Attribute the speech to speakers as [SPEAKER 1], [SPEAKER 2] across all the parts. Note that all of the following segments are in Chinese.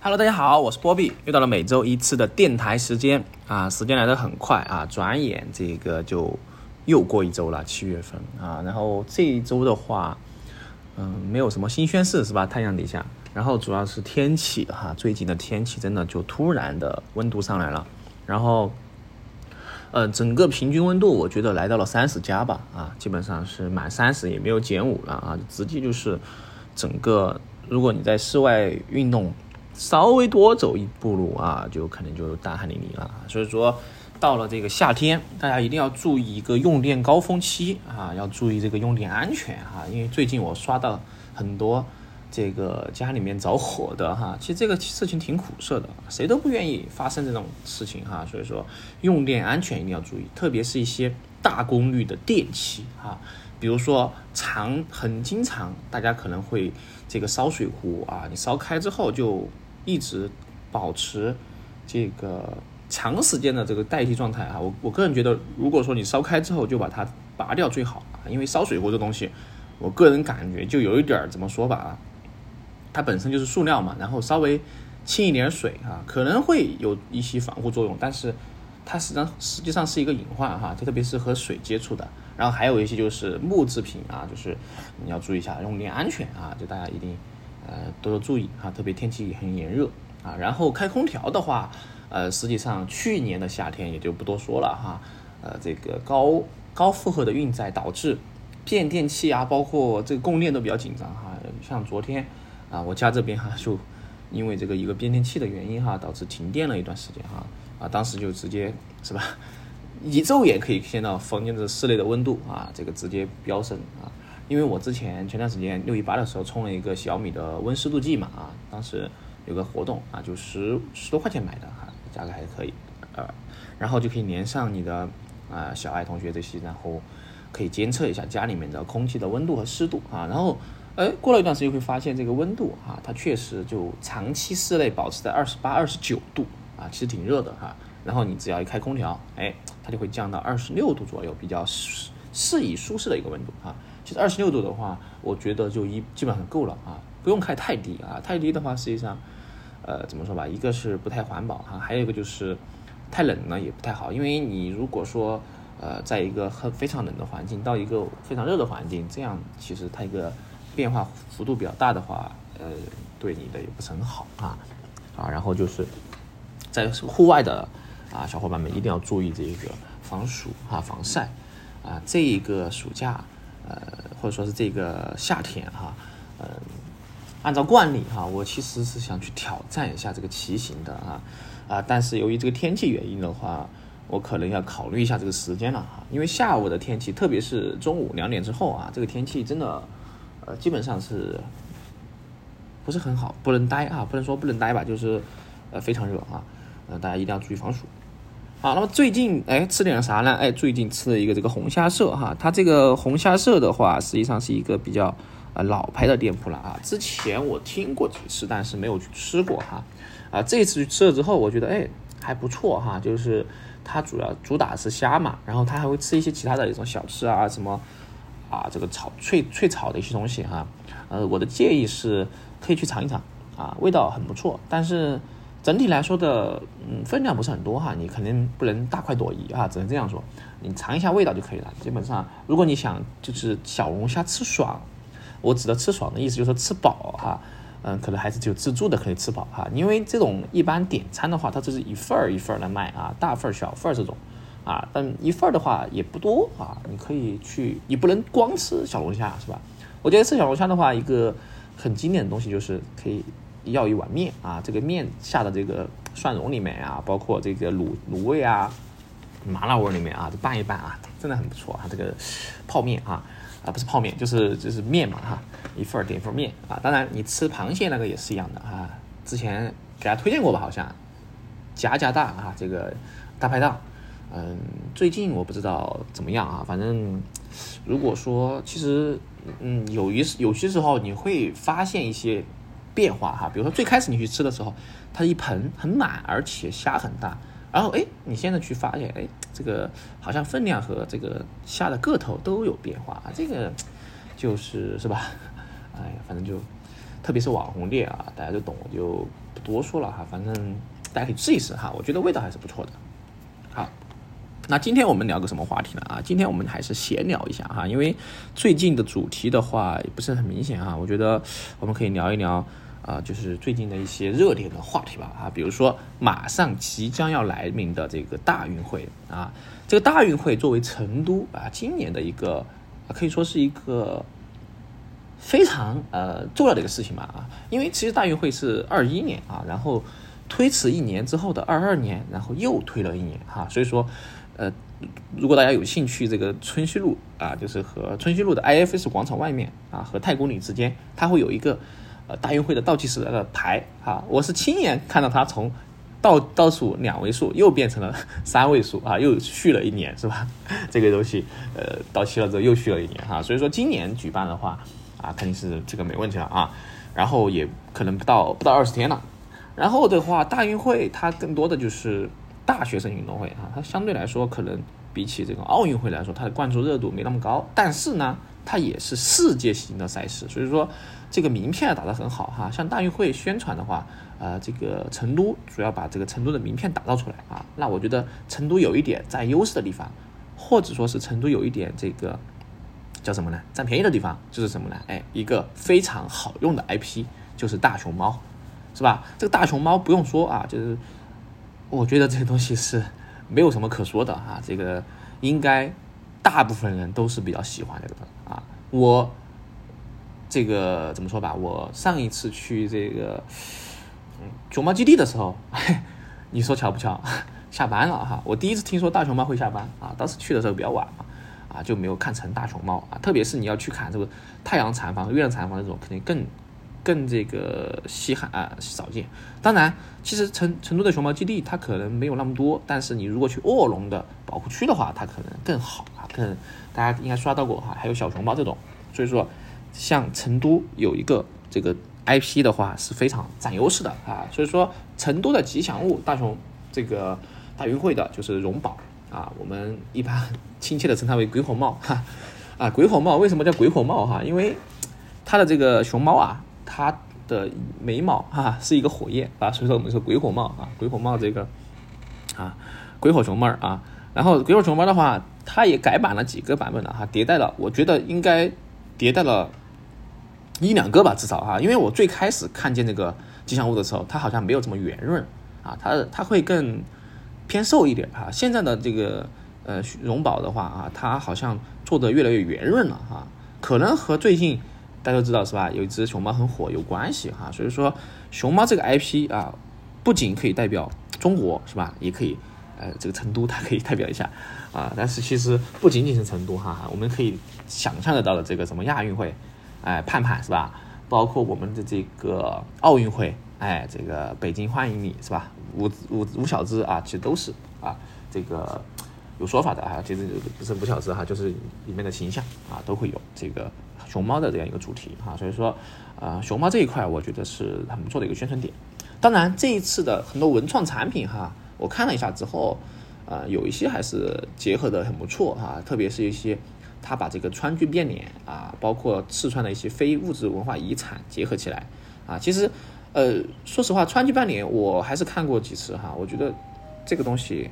[SPEAKER 1] Hello， 大家好，我是波比，又到了每周一次的电台时间啊，时间来得很快啊，转眼这个就又过一周了，7月份啊，然后这一周的话，没有什么新鲜事是吧？太阳底下，然后主要是天气哈，最近的天气真的就突然的温度上来了，然后整个平均温度我觉得来到了30加吧啊，基本上是满30也没有减5了啊，直接就是整个如果你在室外运动稍微多走一步路啊，就可能就大汗淋漓了。所以说，到了这个夏天，大家一定要注意一个用电高峰期啊，要注意这个用电安全哈。因为最近我刷到很多这个家里面着火的哈，其实这个事情挺苦涩的，谁都不愿意发生这种事情哈。所以说，用电安全一定要注意，特别是一些大功率的电器哈。比如说很经常，大家可能会这个烧水壶啊，你烧开之后就一直保持这个长时间的这个待机状态啊。我个人觉得，如果说你烧开之后就把它拔掉最好啊，因为烧水壶这东西，我个人感觉就有一点怎么说吧啊，它本身就是塑料嘛，然后稍微浸一点水啊，可能会有一些防护作用，但是它实际上是一个隐患哈，特别是和水接触的。然后还有一些就是木制品啊，就是你要注意一下用电安全啊，就大家一定多多注意啊，特别天气很炎热啊。然后开空调的话，实际上去年的夏天也就不多说了哈，这个高负荷的运载导致变电器啊，包括这个供电都比较紧张哈。像昨天啊，我家这边哈就因为这个一个变电器的原因哈，导致停电了一段时间哈，当时就直接是吧，一昼也可以见到房间的室内的温度啊，这个直接飙升啊。因为我前段时间618的时候充了一个小米的温湿度计嘛啊，当时有个活动啊，就10多块钱买的哈，价格还可以然后就可以连上你的小爱同学这些，然后可以监测一下家里面的空气的温度和湿度啊，然后过了一段时间会发现这个温度啊，它确实就长期室内保持在28、29度啊，其实挺热的哈。然后你只要一开空调，它就会降到26度左右，比较适宜舒适的一个温度啊。其实26度的话，我觉得就基本上够了啊，不用开太低啊。太低的话，实际上，怎么说吧，一个是不太环保哈，还有一个就是太冷了也不太好，因为你如果说在一个非常冷的环境到一个非常热的环境，这样其实它一个变化幅度比较大的话，对你的也不是很好啊。然后就是在户外的小伙伴们一定要注意这个防暑防晒啊。这一个暑假或者说是这个夏天按照惯例我其实是想去挑战一下这个骑行的但是由于这个天气原因的话，我可能要考虑一下这个时间了因为下午的天气，特别是中午2点之后这个天气真的基本上是不是很好，不能待不能说不能待吧，就是非常热大家一定要注意防暑。好，那么最近吃点啥呢？最近吃了一个这个红虾社它这个红虾社的话，实际上是一个比较老牌的店铺了之前我听过几次，但是没有去吃过这次去吃了之后，我觉得还不错就是它主打是虾嘛，然后它还会吃一些其他的一种小吃什么这个脆炒的一些东西我的建议是可以去尝一尝味道很不错，但是整体来说的分量不是很多你肯定不能大快朵颐只能这样说，你尝一下味道就可以了。基本上如果你想就是小龙虾吃爽，我指的吃爽的意思就是说吃饱可能还是只有自助的可以吃饱因为这种一般点餐的话，它就是一份一份的卖大份小份这种但一份的话也不多你可以去，你不能光吃小龙虾是吧？我觉得吃小龙虾的话，一个很经典的东西就是可以要一碗面这个面下的这个蒜蓉里面包括这个卤味麻辣味里面就拌一拌真的很不错这个泡面不是泡面就是面嘛一份点一份面当然你吃螃蟹那个也是一样的之前给大家推荐过吧，好像加大这个大排档最近我不知道怎么样反正如果说其实有些时候你会发现一些变化比如说最开始你去吃的时候，它一盆很满，而且虾很大，然后你现在去发现这个好像分量和这个虾的个头都有变化这个是吧？反正就特别是网红店大家就懂，就不多说了哈，反正大家可以试一试哈，我觉得味道还是不错的。好，那今天我们聊个什么话题呢？今天我们还是闲聊一下哈，因为最近的主题的话也不是很明显哈，我觉得我们可以聊一聊就是最近的一些热点的话题吧比如说马上即将要来临的这个大运会这个大运会作为成都今年的一个可以说是一个非常重要的一个事情吧因为其实大运会是21年然后推迟1年之后的22年，然后又推了1年所以说如果大家有兴趣，这个春熙路就是和春熙路的 IFS 广场外面和太古里之间，它会有一个大运会的倒计时的牌我是亲眼看到它从倒数2位数又变成了3位数又续了1年是吧？这个东西到期了之后又续了1年所以说今年举办的话肯定是这个没问题了然后也可能不到20天了。然后的话，大运会它更多的就是大学生运动会它相对来说可能比起这个奥运会来说，它的关注热度没那么高，但是呢，它也是世界型的赛事，所以说这个名片打得很好像大运会宣传的话，这个成都主要把这个成都的名片打造出来那我觉得成都有一点占优势的地方，或者说是成都有一点这个叫什么呢？占便宜的地方就是什么呢？一个非常好用的 IP 就是大熊猫，是吧？这个大熊猫不用说就是我觉得这个东西是没有什么可说的这个应该大部分人都是比较喜欢这个的我这个怎么说吧？我上一次去这个熊猫基地的时候，你说巧不巧？下班了我第一次听说大熊猫会下班当时去的时候比较晚就没有看成大熊猫特别是你要去看这个太阳蚕房、月亮蚕房这种，肯定更这个稀罕少见。当然，其实成都的熊猫基地它可能没有那么多，但是你如果去卧龙的保护区的话，它可能更好大家应该刷到过还有小熊猫这种。所以说，像成都有一个这个 IP 的话是非常占优势的所以说，成都的吉祥物这个大运会的就是荣宝我们一般亲切的称它为鬼火帽鬼火帽为什么叫鬼火帽因为它的这个熊猫它的眉毛是一个火焰所以说我们说鬼火帽鬼火帽这个鬼火熊猫然后鬼火熊猫的话，它也改版了几个版本了迭代了，我觉得应该迭代了1-2个吧，至少因为我最开始看见这个吉祥物的时候，它好像没有这么圆润它会更偏瘦一点现在的这个荣宝的话它好像做得越来越圆润了可能和最近大家都知道是吧，有一只熊猫很火有关系所以说熊猫这个 IP 不仅可以代表中国是吧，也可以这个成都它可以代表一下但是其实不仅仅是成都我们可以想象得到的这个什么亚运会盼盼是吧，包括我们的这个奥运会这个北京欢迎你是吧，吴小芝其实都是这个有说法的其实不是吴小芝就是里面的形象都会有这个熊猫的这样一个主题所以说熊猫这一块我觉得是很不错的一个宣传点。当然这一次的很多文创产品我看了一下之后有一些还是结合的很不错特别是一些他把这个川剧变脸包括四川的一些非物质文化遗产结合起来其实说实话川剧变脸我还是看过几次我觉得这个东西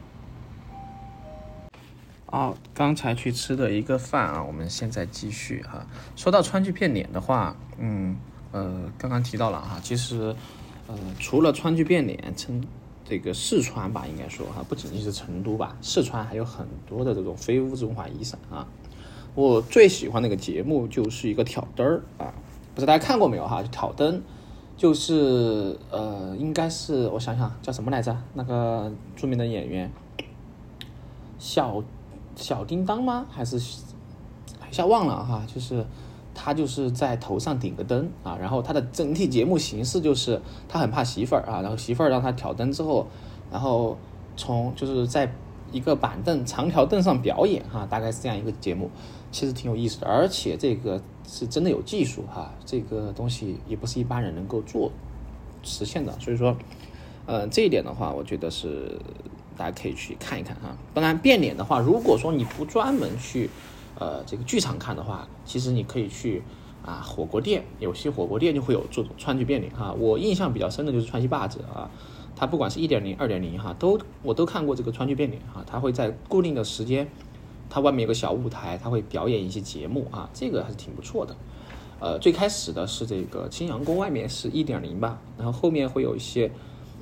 [SPEAKER 1] 刚才去吃的一个饭我们现在继续说到川剧变脸的话刚刚提到了其实除了川剧变脸这个四川吧，应该说不仅仅是成都吧，四川还有很多的这种非物质文化遗产我最喜欢的一个节目就是一个挑灯儿不知道大家看过没有挑灯就是应该是我想想叫什么来着，那个著名的演员小叮当吗？还是一下忘了就是他就是在头上顶个灯然后他的整体节目形式就是他很怕媳妇儿然后媳妇儿让他挑灯之后，然后就是在一个板凳长条凳上表演大概是这样一个节目，其实挺有意思的，而且这个是真的有技术这个东西也不是一般人能够实现的，所以说这一点的话我觉得是大家可以去看一看当然变脸的话，如果说你不专门去这个剧场看的话，其实你可以去火锅店，有些火锅店就会有做川剧变脸哈。我印象比较深的就是川戏坝子啊，它不管是1.0、2.0哈，我都看过这个川剧变脸哈。它会在固定的时间，它外面有个小舞台，它会表演一些节目啊，这个还是挺不错的。最开始的是这个青羊宫外面是1.0吧，然后后面会有一些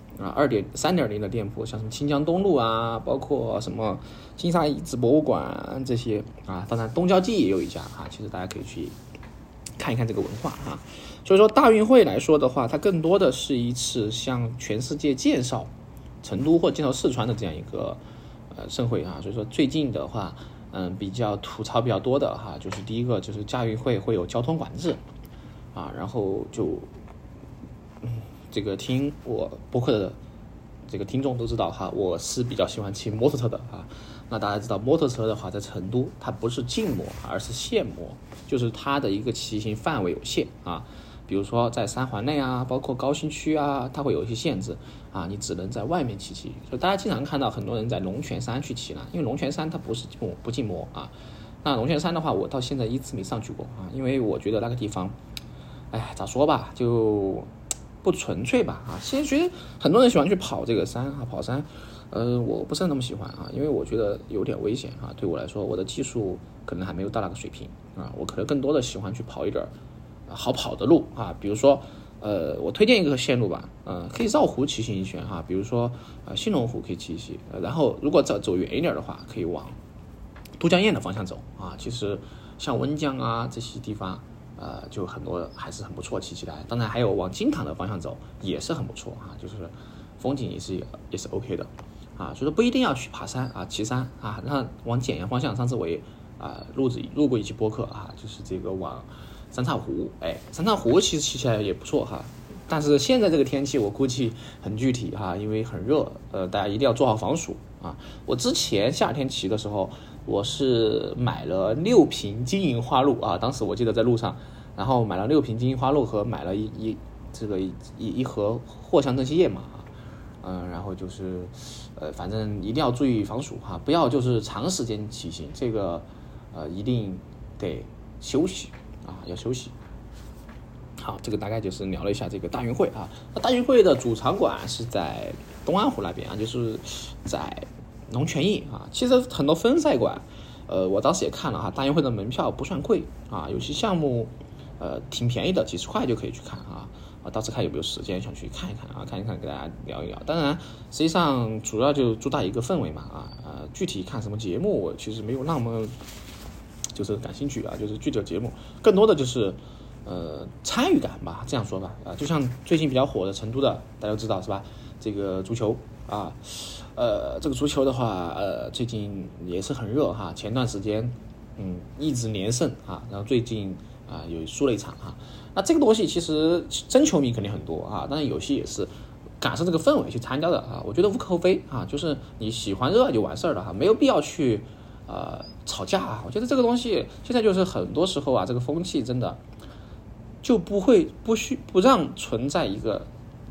[SPEAKER 1] 3.0的店铺，像什么清江东路啊，包括什么金沙遗址博物馆这些啊，当然东郊记也有一家啊，其实大家可以去看一看这个文化啊。所以说大运会来说的话，它更多的是一次向全世界介绍成都或介绍四川的这样一个盛会啊。所以说最近的话，比较吐槽比较多的哈，就是第一个就是亚运会会有交通管制啊，然后就这个听我播客的这个听众都知道哈，我是比较喜欢骑摩托车的啊。那大家知道摩托车的话，在成都它不是禁摩，而是限摩，就是它的一个骑行范围有限啊。比如说在三环内啊，包括高新区啊，它会有一些限制啊，你只能在外面骑。所以大家经常看到很多人在龙泉山去骑了，因为龙泉山它不是不禁摩啊。那龙泉山的话，我到现在一次没上去过啊，因为我觉得那个地方，咋说吧，就不纯粹吧啊。现在觉得很多人喜欢去跑这个山啊，跑山，我不是那么喜欢啊，因为我觉得有点危险啊。对我来说，我的技术可能还没有到那个水平啊，我可能更多的喜欢去跑一点好跑的路啊，比如说我推荐一个线路吧，可以绕湖骑行一圈哈，比如说兴隆湖可以骑一骑，然后如果走远一点的话，可以往都江堰的方向走啊。其实像温江啊这些地方，就很多还是很不错骑起来。当然还有往金塘的方向走也是很不错啊，就是风景也是 OK 的啊。所以说不一定要去爬山啊，骑山啊。那往简阳方向，上次我也录过一期播客啊，就是这个往三岔湖，三岔湖其实骑起来也不错哈，但是现在这个天气我估计很具体哈，因为很热，大家一定要做好防暑啊。我之前夏天骑的时候，我是买了6瓶金银花露啊，当时我记得在路上，然后买了6瓶金银花露和买了一盒藿香正气液嘛，然后就是反正一定要注意防暑哈，不要就是长时间骑行，这个一定得休息。要休息。好，这个大概就是聊了一下这个大运会啊。那大运会的主场馆是在东安湖那边啊，就是在龙泉驿啊。其实很多分赛馆，我当时也看了哈，大运会的门票不算贵啊，有些项目挺便宜的，几十块就可以去看啊。到时看有没有时间想去看一看啊，看一看，给大家聊一聊。当然，实际上主要就主打一个氛围嘛具体看什么节目，我其实没有那么就是感兴趣啊，就是具体的节目，更多的就是参与感吧，这样说吧就像最近比较火的成都的，大家都知道是吧？这个足球啊，这个足球的话，最近也是很热哈。前段时间一直连胜啊，然后最近有输了一场哈。那这个东西其实真球迷肯定很多啊，但是有些也是赶上这个氛围去参加的啊，我觉得无可厚非啊，就是你喜欢热爱就完事儿了哈，没有必要去吵架啊。我觉得这个东西现在就是很多时候这个风气真的就不让存在一个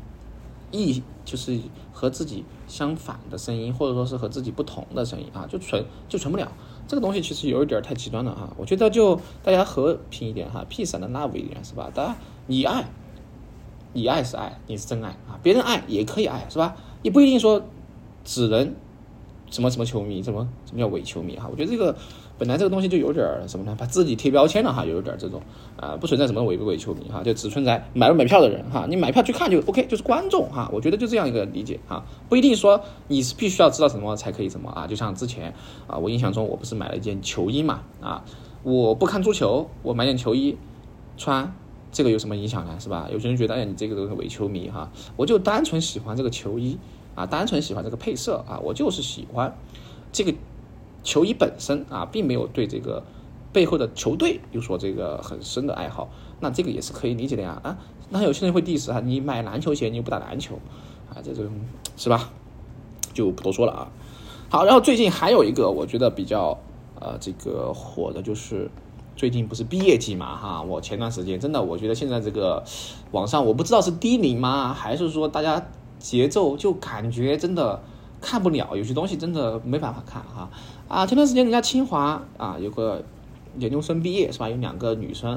[SPEAKER 1] 就是和自己相反的声音，或者说是和自己不同的声音就存不了。这个东西其实有一点太极端了哈，我觉得就大家和平一点哈 ，peace and love 一点是吧？大家你爱是爱，你是真爱别人爱也可以爱是吧？也不一定说只能什么球迷，什么叫伪球迷我觉得这个本来这个东西就有点什么呢？把自己贴标签了有点这种不存在什么伪不伪球迷就只存在买票的人你买票去看就 OK， 就是观众我觉得就这样一个理解不一定说你是必须要知道什么才可以什么就像之前我印象中我不是买了一件球衣嘛我不看足球，我买件球衣穿，这个有什么影响呢？是吧？有些人觉得你这个都是伪球迷我就单纯喜欢这个球衣单纯喜欢这个配色我就是喜欢这个球衣本身并没有对这个背后的球队有所这个很深的爱好，那这个也是可以理解的那有些人会 diss 你买篮球鞋你又不打篮球这种是吧？就不多说了好，然后最近还有一个我觉得比较这个火的就是最近不是毕业季嘛我前段时间真的我觉得现在这个网上我不知道是低龄吗，还是说大家节奏就感觉真的看不了，有些东西真的没办法看前段时间人家清华有个研究生毕业是吧？有2个女生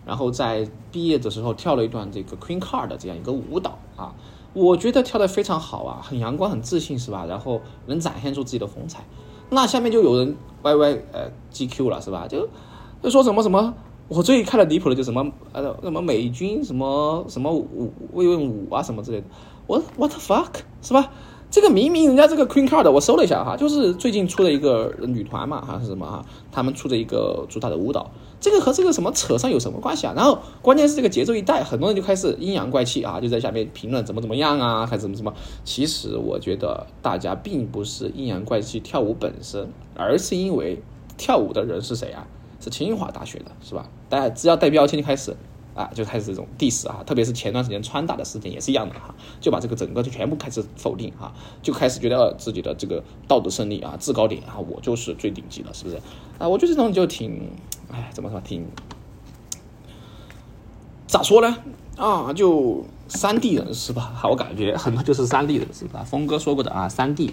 [SPEAKER 1] 然后在毕业的时候跳了一段这个 Queen Card 的这样一个舞蹈啊，我觉得跳得非常好啊，很阳光很自信是吧？然后能展现出自己的风采。那下面就有人GQ 了是吧？就说什么，我最看的离谱的就什么美军什么慰问舞啊什么之类的，what the fuck 是吧？这个明明人家这个 Queen Card 我搜了一下哈，就是最近出的一个女团嘛哈是什么哈，他们出的一个主打的舞蹈，这个和这个什么扯上有什么关系啊？然后关键是这个节奏一带，很多人就开始阴阳怪气啊，就在下面评论怎么样啊，还怎么。其实我觉得大家并不是阴阳怪气跳舞本身，而是因为跳舞的人是谁啊？是清华大学的是吧？大家只要带标签就开始这种 diss 啊，特别是前段时间川大的事件也是一样的哈，就把这个整个就全部开始否定哈，就开始觉得自己的这个道德胜利啊、制高点啊，我就是最顶级了，是不是啊？我觉得这种就挺，怎么说，挺咋说呢？就3D 人士吧，我感觉很多就是3D 人士吧。峰哥说过的3D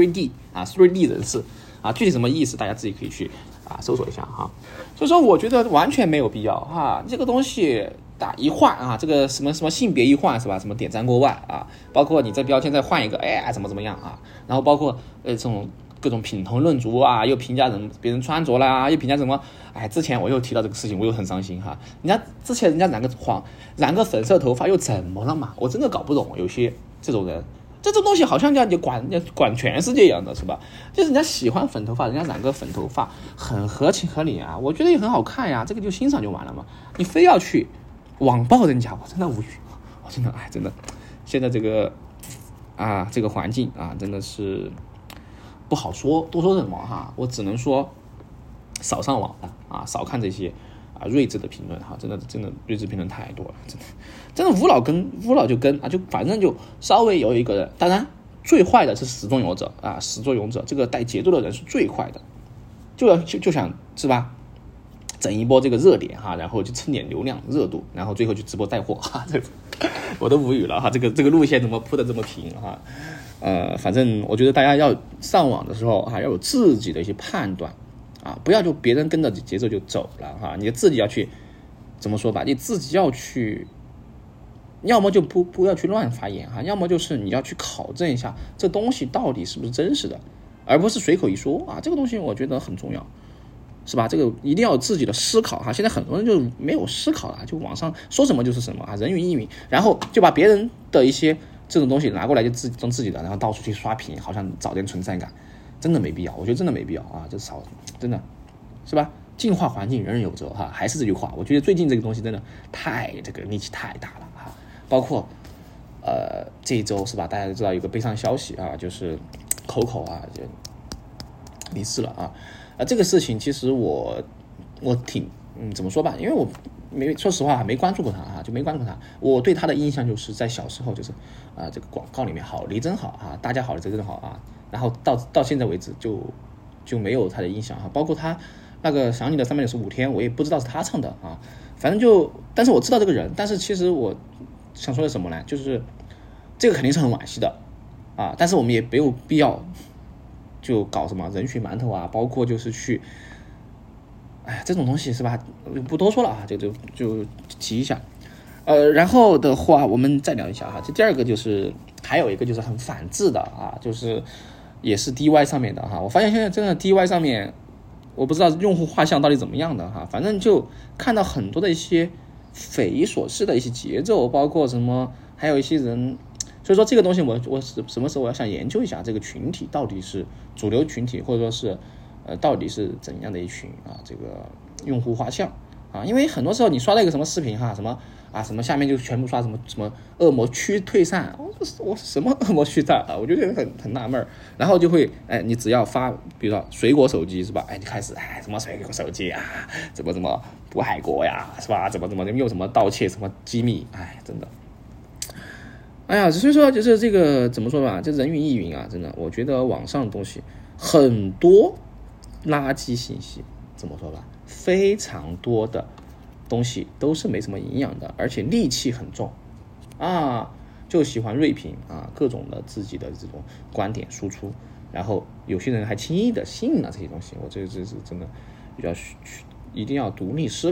[SPEAKER 1] 3D 人士具体什么意思，大家自己可以去搜索一下哈。所以说，我觉得完全没有必要这个东西一换这个什么性别一换是吧？什么点赞过万包括你这标签再换一个，怎么样然后包括这种各种品头论足又评价别人穿着啦，又评价什么，之前我又提到这个事情，我又很伤心哈。之前人家染个粉色头发又怎么了嘛？我真的搞不懂有些这种人。这种东西好像叫你管全世界一样的是吧？就是人家喜欢粉头发，人家染个粉头发很合情合理我觉得也很好看呀，这个就欣赏就完了嘛。你非要去网暴人家，我真的无语，我真的真的，现在这个这个环境真的是不好说，多说什么我只能说少上网少看这些睿智的评论真的睿智评论太多了，真的无脑就跟就反正就稍微有一个人，当然最坏的是始作俑者始作俑者这个带节奏的人是最坏的，就想是吧，整一波这个热点然后就蹭点流量热度，然后最后就直播带货我都无语了这个路线怎么铺的这么平反正我觉得大家要上网的时候要有自己的一些判断不要就别人跟着节奏就走了你自己要去怎么说吧，你自己要去，要么就不要去乱发言要么就是你要去考证一下这东西到底是不是真实的，而不是随口一说这个东西我觉得很重要，是吧？这个一定要有自己的思考现在很多人就没有思考了，就网上说什么就是什么人云亦云，然后就把别人的一些这种东西拿过来就当自己的，然后到处去刷屏，好像找点存在感。真的没必要，我觉得真的没必要就少，真的是吧？净化环境，人人有责还是这句话，我觉得最近这个东西真的这个力气太大了包括这一周是吧？大家都知道有个悲伤消息就是 Coco 就离世了这个事情其实我挺怎么说吧，因为我说实话没关注过他就没关注过他。我对他的印象就是在小时候就是这个广告里面好离真好大家好离真好然后到现在为止就没有他的印象包括他那个想你的365天我也不知道是他唱的反正但是我知道这个人，但是其实我想说的什么呢，就是这个肯定是很惋惜的但是我们也没有必要就搞什么人血馒头包括就是去这种东西是吧，不多说了就提一下然后的话我们再聊一下这第二个就是还有一个就是很反制的就是也是 DY 上面的我发现现在真的 DY 上面我不知道用户画像到底怎么样的反正就看到很多的一些匪夷所思的一些节奏，包括什么还有一些人，所以说这个东西我什么时候我要想研究一下这个群体到底是主流群体，或者说是到底是怎样的一群这个用户画像因为很多时候你刷到一个什么视频什么下面就全部刷什么恶魔区退散，我什么恶魔区散我就觉得很纳闷然后就会你只要发比如说水果手机是吧，就开始什么水果手机怎么不爱国呀是吧，怎么又什么盗窃什么机密真的所以说就是这个怎么说吧，就人云亦云真的我觉得网上的东西很多垃圾信息，怎么说吧，非常多的东西都是没什么营养的，而且戾气很重就喜欢锐评各种的自己的这种观点输出，然后有些人还轻易的信了这些东西，我这是真的比较一定要独立思考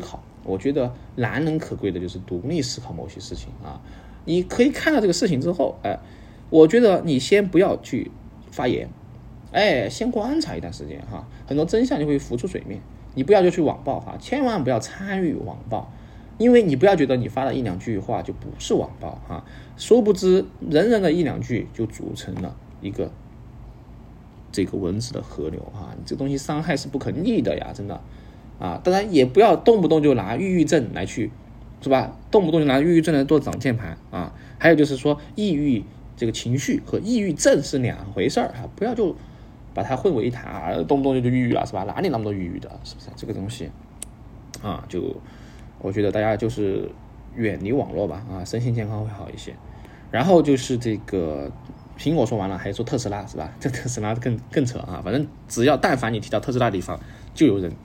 [SPEAKER 1] 我觉得难能可贵的就是独立思考某些事情啊。你可以看到这个事情之后，我觉得你先不要去发言，先观察一段时间哈，很多真相就会浮出水面。你不要就去网暴哈，千万不要参与网暴，因为你不要觉得你发了一两句话就不是网暴哈，殊不知人的一两句就组成了一个这个文字的河流哈，这东西伤害是不可逆的呀，真的啊！当然也不要动不动就拿抑郁症来去，是吧？动不动就拿抑郁症来做挡箭牌啊！还有就是说，抑郁这个情绪和抑郁症是两回事啊，不要就把它混为一谈啊，动不动就抑郁了，是吧？哪里那么多抑郁的，是不是？这个东西啊，就我觉得大家就是远离网络吧啊，身心健康会好一些。然后就是这个苹果说完了，还说特斯拉是吧？这特斯拉更扯啊！反正只要但凡你提到特斯拉的地方，就有人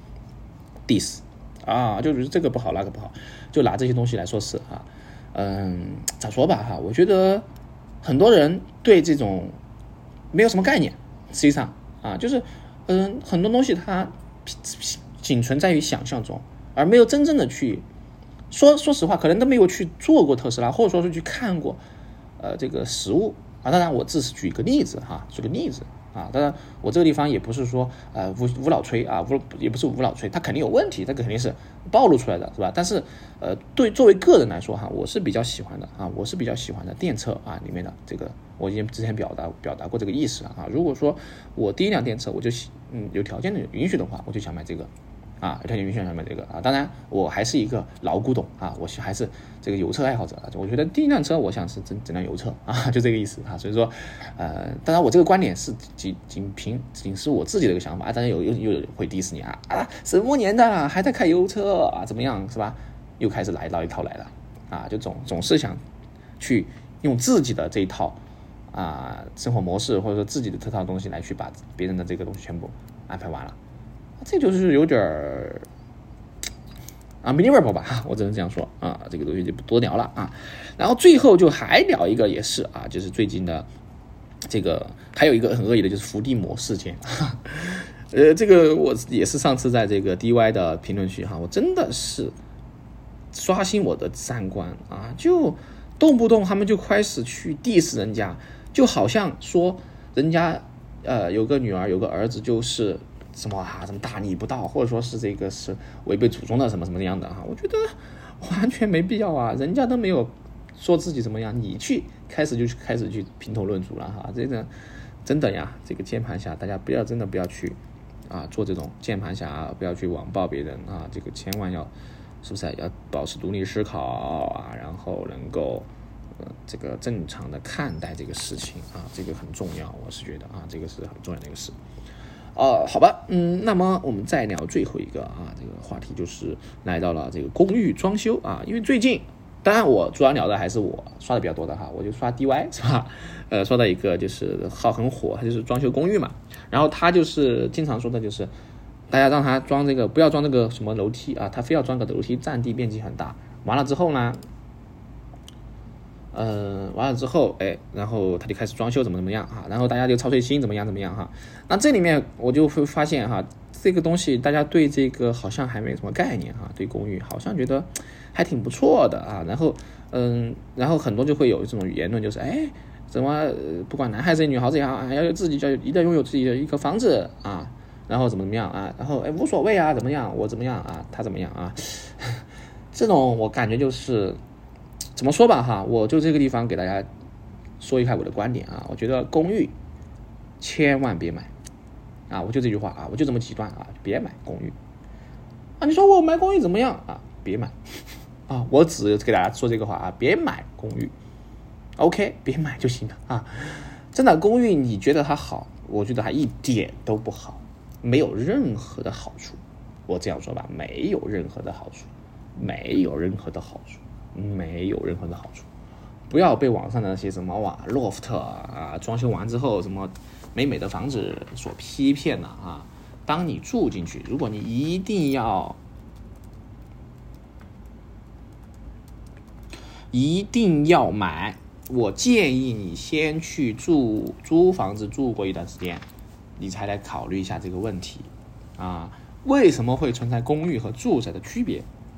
[SPEAKER 1] diss 啊，就是这个不好那个不好，就拿这些东西来说事啊。咋说吧哈？我觉得很多人对这种没有什么概念，实际上啊，就是很多东西它仅存在于想象中，而没有真正的去说实话，可能都没有去做过特斯拉，或者说是去看过这个实物啊。当然我只是举一个例子哈，当然我这个地方也不是说无脑吹啊，也不是无脑吹，它肯定有问题，这个肯定是暴露出来的，是吧？但是作为个人来说哈，我是比较喜欢的啊，我是比较喜欢的电车啊里面的这个，我已经之前表达过这个意思啊。如果说我第一辆电车我就有条件的允许的话，我就想买这个。啊，有条件允许想买这个啊，当然我还是一个老古董啊，我还是这个油车爱好者啊，我觉得第一辆车我想是整辆油车啊，就这个意思啊，所以说当然我这个观点是仅是我自己的一个想法啊，当然有会diss你啊，什么年代了还在开油车啊，怎么样是吧？又开始来一套来了啊，就总是想去用自己的这一套生活模式或者说自己的这套东西来去把别人的这个东西全部安排完了。这就是有点unbelievable 吧，我只能这样说啊，这个东西就不多聊了啊。然后最后就还聊一个也是啊，就是最近的这个还有一个很恶意的就是伏地魔事件，这个我也是上次在这个 DY 的评论区哈，我真的是刷新我的三观啊，就动不动他们就开始去 diss 人家，就好像说人家有个女儿有个儿子就是什么大逆不道，或者说是这个是违背祖宗的什么什么样的我觉得完全没必要啊，人家都没有说自己怎么样，你开始去评头论足了这个真的呀，这个键盘侠大家真的不要去做这种键盘侠，不要去网暴别人这个千万要是不是要保持独立思考然后能够这个正常的看待这个事情这个很重要，我是觉得这个是很重要的一个事。好吧，那么我们再聊最后一个这个话题，就是来到了这个公寓装修因为最近，当然我主要聊的还是我刷的比较多的我就刷 DY 是吧？刷到一个就是很火，他就是装修公寓嘛，然后他就是经常说的就是大家让他装这个不要装这个什么楼梯他非要装个楼梯，占地面积很大，完了之后呢然后他就开始装修怎么样然后大家就操碎心怎么样那这里面我就会发现这个东西大家对这个好像还没什么概念对公寓好像觉得还挺不错的然后很多就会有这种言论，就是怎么不管男孩子女孩子也好要一定要拥有自己的一个房子然后怎么样然后无所谓怎么样我怎么样他怎么样这种我感觉就是怎么说吧我就这个地方给大家说一下我的观点我觉得公寓千万别买我就这句话我就这么极端别买公寓你说我买公寓怎么样别买我只给大家说这个话别买公寓 OK 别买就行了真的公寓你觉得它好，我觉得它一点都不好，没有任何的好处，我这样说吧，没有任何的好处，不要被网上的那些什么loft装修完之后什么美的房子所欺骗了当你住进去，如果你一定要买，我建议你先去租房子住过一段时间，你才来考虑一下这个问题为什么会存在公寓和住宅的区别？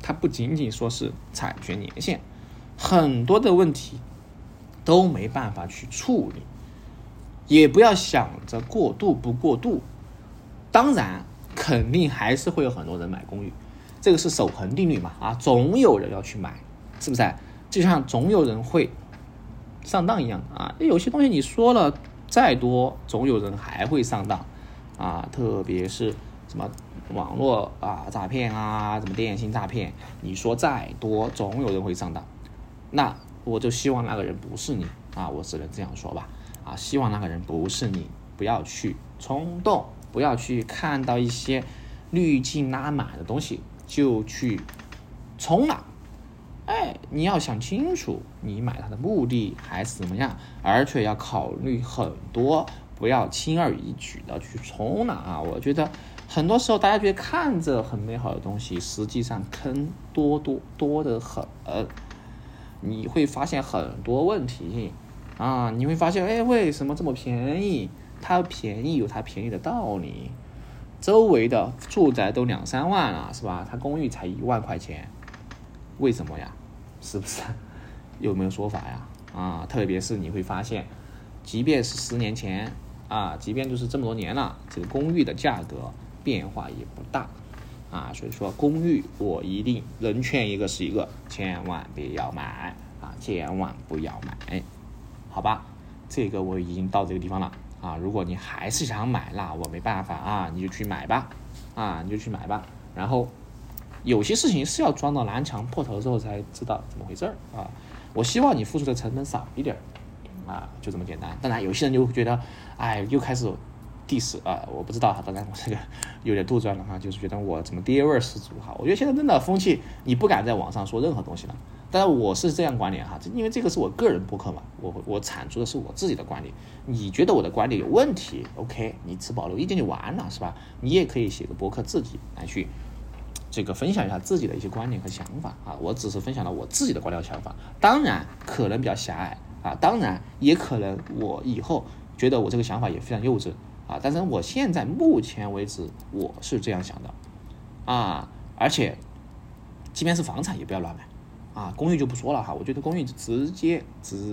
[SPEAKER 1] 它不仅仅说是产权年限，很多的问题都没办法去处理。也不要想着过渡不过渡，当然肯定还是会有很多人买公寓，这个是守恒定律嘛，总有人要去买，是不是？就像总有人会上当一样有些东西你说了再多，总有人还会上当特别是什么网络诈骗什么电信诈骗，你说再多，总有人会上当。那我就希望那个人不是你我只能这样说吧希望那个人不是你，不要去冲动，不要去看到一些滤镜拉满的东西就去冲了。你要想清楚你买它的目的还是怎么样，而且要考虑很多，不要轻而易举的去冲了我觉得很多时候大家觉得看着很美好的东西，实际上坑多得很，你会发现很多问题你会发现为什么这么便宜？它便宜有它便宜的道理，周围的住宅都2-3万了，是吧？它公寓才1万块钱，为什么呀？是不是？有没有说法呀？特别是你会发现，即便是10年前即便就是这么多年了，这个公寓的价格变化也不大所以说公寓我一定人劝一个是一个，千万不要买千万不要买，好吧？这个我已经到这个地方了如果你还是想买，那我没办法你就去买吧然后有些事情是要撞到南墙破头之后才知道怎么回事我希望你付出的成本少一点就这么简单。当然有些人就会觉得又开始diss我不知道当然我这个有点杜撰了就是觉得我怎么爹味十足我觉得现在真的风气，你不敢在网上说任何东西了。但是我是这样观点因为这个是我个人播客嘛，我阐述的是我自己的观点。你觉得我的观点有问题 ，OK， 你持保留意见就完了，是吧？你也可以写个播客自己来去这个分享一下自己的一些观点和想法我只是分享了我自己的观点和想法，当然可能比较狭隘当然也可能我以后觉得我这个想法也非常幼稚但是我现在目前为止我是这样想的而且即便是房产也不要乱买公寓就不说了我觉得公寓直接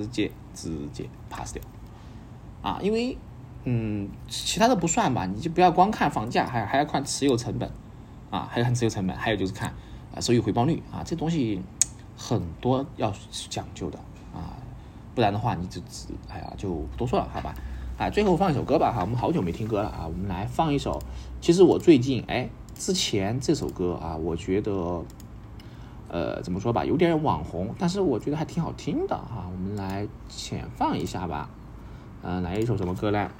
[SPEAKER 1] pass 掉因为其他的不算吧，你就不要光看房价，还要看持有成本还有看持有成本，还有就是看收益回报率这东西很多要讲究的不然的话你就就不多说了，好吧？最后放一首歌吧我们好久没听歌了我们来放一首。其实我最近之前这首歌我觉得怎么说吧，有点网红，但是我觉得还挺好听的我们来浅放一下吧。来一首什么歌呢？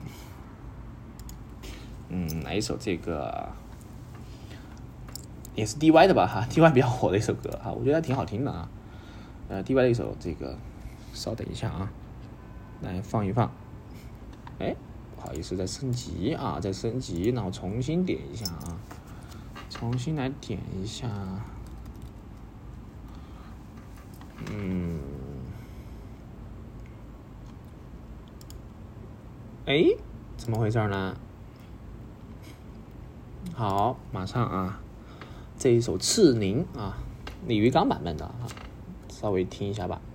[SPEAKER 1] 来一首这个也是 DY 的吧DY 比较火的一首歌我觉得还挺好听的DY 的一首这个，稍等一下来放一放。不好意思，在升级在升级，然后重新点一下重新来点一下。怎么回事呢？好，马上这一首赤凝李玉刚版本的稍微听一下吧。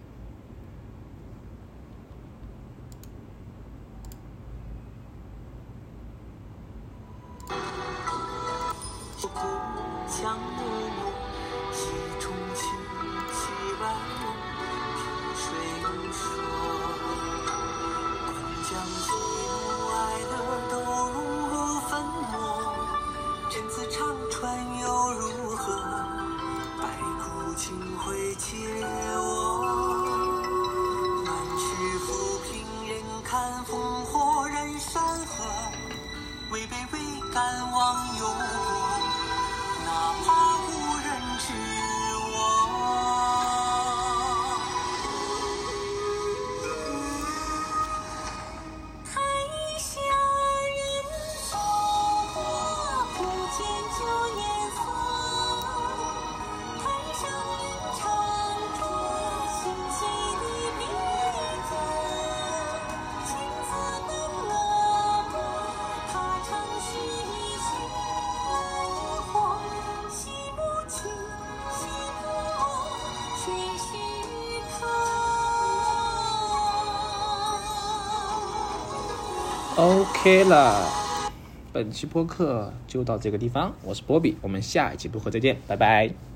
[SPEAKER 1] OK 了，本期播客就到这个地方，我是波比，我们下一期播客再见，拜拜。